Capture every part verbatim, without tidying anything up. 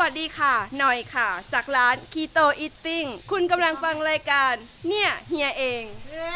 วัสดีค่ะหน่อยค่ะจากร้าน Keto Eating คุณกำลังฟังรายการเนี่ยเฮียเอง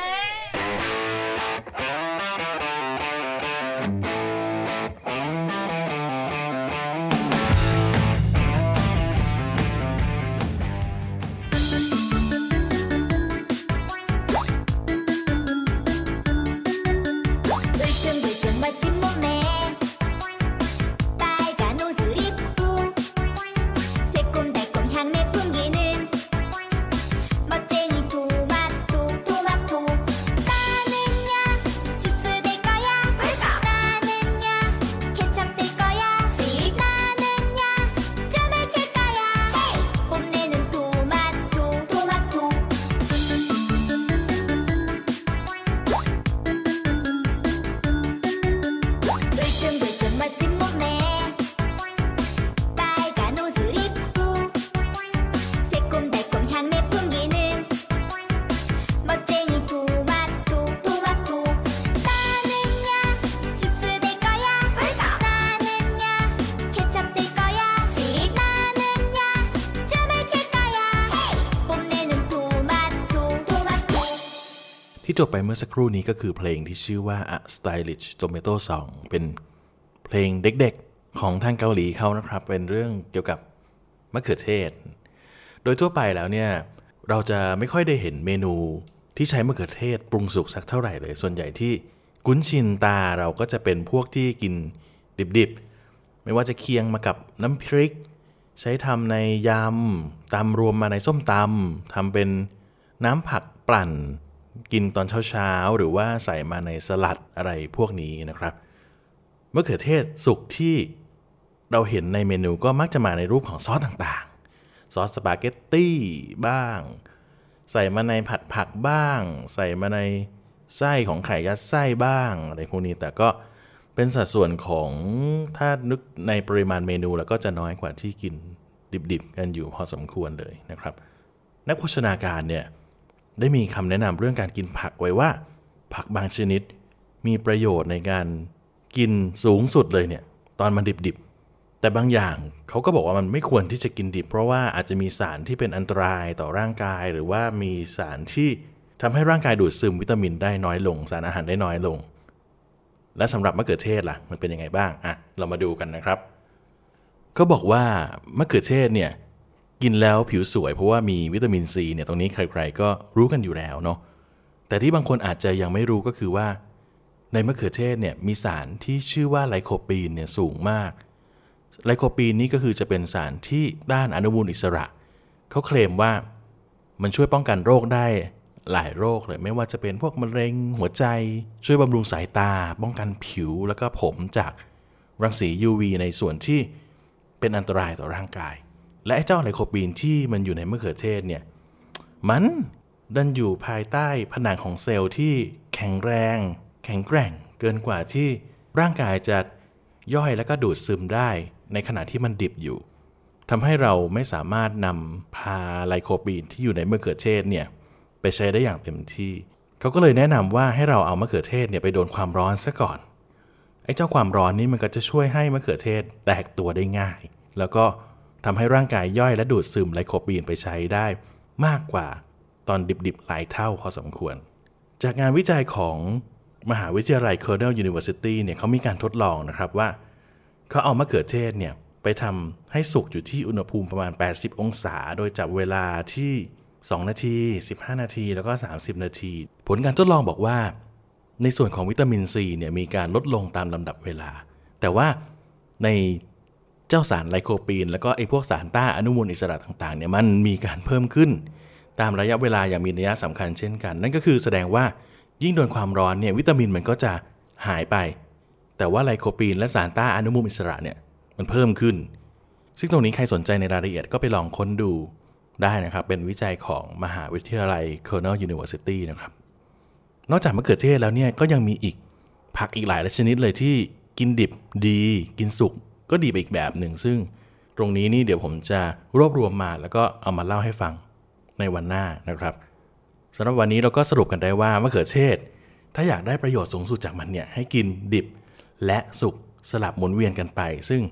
ที่จบไปเมื่อสักครู่นี้ก็คือเพลงที่ชื่อว่า A Stylish Tomato Song เป็นเพลงเด็กๆของทางเกาหลีเขานะครับเป็นเรื่องเกี่ยวกับมะเขือเทศโดยทั่วไปแล้วเนี่ยเราจะไม่ค่อยได้เห็นเมนูที่ใช้มะเขือเทศปรุงสุกสักเท่าไหร่เลยส่วนใหญ่ที่คุ้นชินตาเราก็จะเป็นพวกที่กินดิบๆไม่ว่าจะเคียงมากับน้ำพริกใช้ทำในยำตำรวมมาในส้มตำทำเป็นน้ำผักปั่นกินตอนเช้าๆหรือว่าใส่มาในสลัดอะไรพวกนี้นะครับมะเขือเทศสุกที่เราเห็นในเมนูก็มักจะมาในรูปของซอสต่างๆซอสสปาเกตตี้บ้างใส่มาในผัดผักบ้างใส่มาในไส้ของไข่ยัดไส้บ้างอะไรพวกนี้แต่ก็เป็นสัดส่วนของถ้านึกในปริมาณเมนูแล้วก็จะน้อยกว่าที่กินดิบๆกันอยู่พอสมควรเลยนะครับนักโภชนาการเนี่ยได้มีคำแนะนำเรื่องการกินผักไว้ว่าผักบางชนิดมีประโยชน์ในการกินสูงสุดเลยเนี่ยตอนมันดิบๆแต่บางอย่างเขาก็บอกว่ามันไม่ควรที่จะกินดิบเพราะว่าอาจจะมีสารที่เป็นอันตรายต่อร่างกายหรือว่ามีสารที่ทำให้ร่างกายดูดซึมวิตามินได้น้อยลงสารอาหารได้น้อยลงและสำหรับมะเขือเทศล่ะมันเป็นยังไงบ้างอ่ะเรามาดูกันนะครับก็บอกว่ามะเขือเทศเนี่ยกินแล้วผิวสวยเพราะว่ามีวิตามินซีเนี่ยตรงนี้ใครๆก็รู้กันอยู่แล้วเนาะแต่ที่บางคนอาจจะยังไม่รู้ก็คือว่าในมะเขือเทศเนี่ยมีสารที่ชื่อว่าไลโคปีนเนี่ยสูงมากไลโคปีนนี่ก็คือจะเป็นสารที่ต้านอนุมูลอิสระเขาเคลมว่ามันช่วยป้องกันโรคได้หลายโรคเลยไม่ว่าจะเป็นพวกมะเร็งหัวใจช่วยบำรุงสายตาป้องกันผิวแล้วก็ผมจากรังสี ยู วี ในส่วนที่เป็นอันตรายต่อร่างกายและไอ้เจ้าไลโคปีนที่มันอยู่ในมะเขือเทศเนี่ยมันดันอยู่ภายใต้ผนังของเซลล์ที่แข็งแรงแข็งแกร่งเกินกว่าที่ร่างกายจะย่อยและก็ดูดซึมได้ในขณะที่มันดิบอยู่ทำให้เราไม่สามารถนำพาไลโคปีนที่อยู่ในมะเขือเทศเนี่ยไปใช้ได้อย่างเต็มที่เขาก็เลยแนะนำว่าให้เราเอามะเขือเทศเนี่ยไปโดนความร้อนซะก่อนไอ้เจ้าความร้อนนี้มันก็จะช่วยให้มะเขือเทศแตกตัวได้ง่ายแล้วก็ทำให้ร่างกายย่อยและดูดซึมไลโคปีนไปใช้ได้มากกว่าตอนดิบๆหลายเท่าพอสมควรจากงานวิจัยของมหาวิทยาลัย Cornell University เนี่ยเขามีการทดลองนะครับว่าเขาเอามะเขือเทศเนี่ยไปทำให้สุกอยู่ที่อุณหภูมิประมาณแปดสิบองศาโดยจับเวลาที่สองนาทีสิบห้านาทีแล้วก็สามสิบนาทีผลการทดลองบอกว่าในส่วนของวิตามินซีเนี่ยมีการลดลงตามลำดับเวลาแต่ว่าในเจ้าสารไลโคปีนแล้วก็ไอ้พวกสารต้านอนุมูลอิสระต่างๆเนี่ยมันมีการเพิ่มขึ้นตามระยะเวลาอย่างมีนัยสำคัญเช่นกันนั่นก็คือแสดงว่ายิ่งโดนความร้อนเนี่ยวิตามินมันก็จะหายไปแต่ว่าไลโคปีนและสารต้านอนุมูลอิสระเนี่ยมันเพิ่มขึ้นซึ่งตรงนี้ใครสนใจในรายละเอียดก็ไปลองค้นดูได้นะครับเป็นวิจัยของมหาวิทยาลัย Cornell University นะครับนอกจากมะเขือเทศแล้วเนี่ยก็ยังมีอีกผักอีกหลายชนิดเลยที่กินดิบดีกินสุกก็ดีไปอีกแบบหนึ่งซึ่งตรงนี้นี่เดี๋ยวผมจะรวบรวมมาแล้วก็เอามาเล่าให้ฟังในวันหน้านะครับสำหรับวันนี้เราก็สรุปกันได้ว่ามะเขือเทศถ้าอยากได้ประโยชน์สูงสุดจากมันเนี่ยให้กินดิบและสุกสลับหมุนเวียนกันไปซึ่ง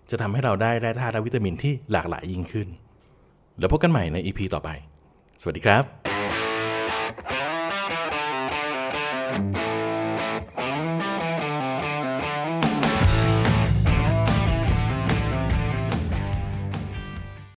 จะทำให้เราได้แร่ธาตุและวิตามินที่หลากหลายยิ่งขึ้นแล้วพบกันใหม่ใน อี พี ต่อไปสวัสดีครับ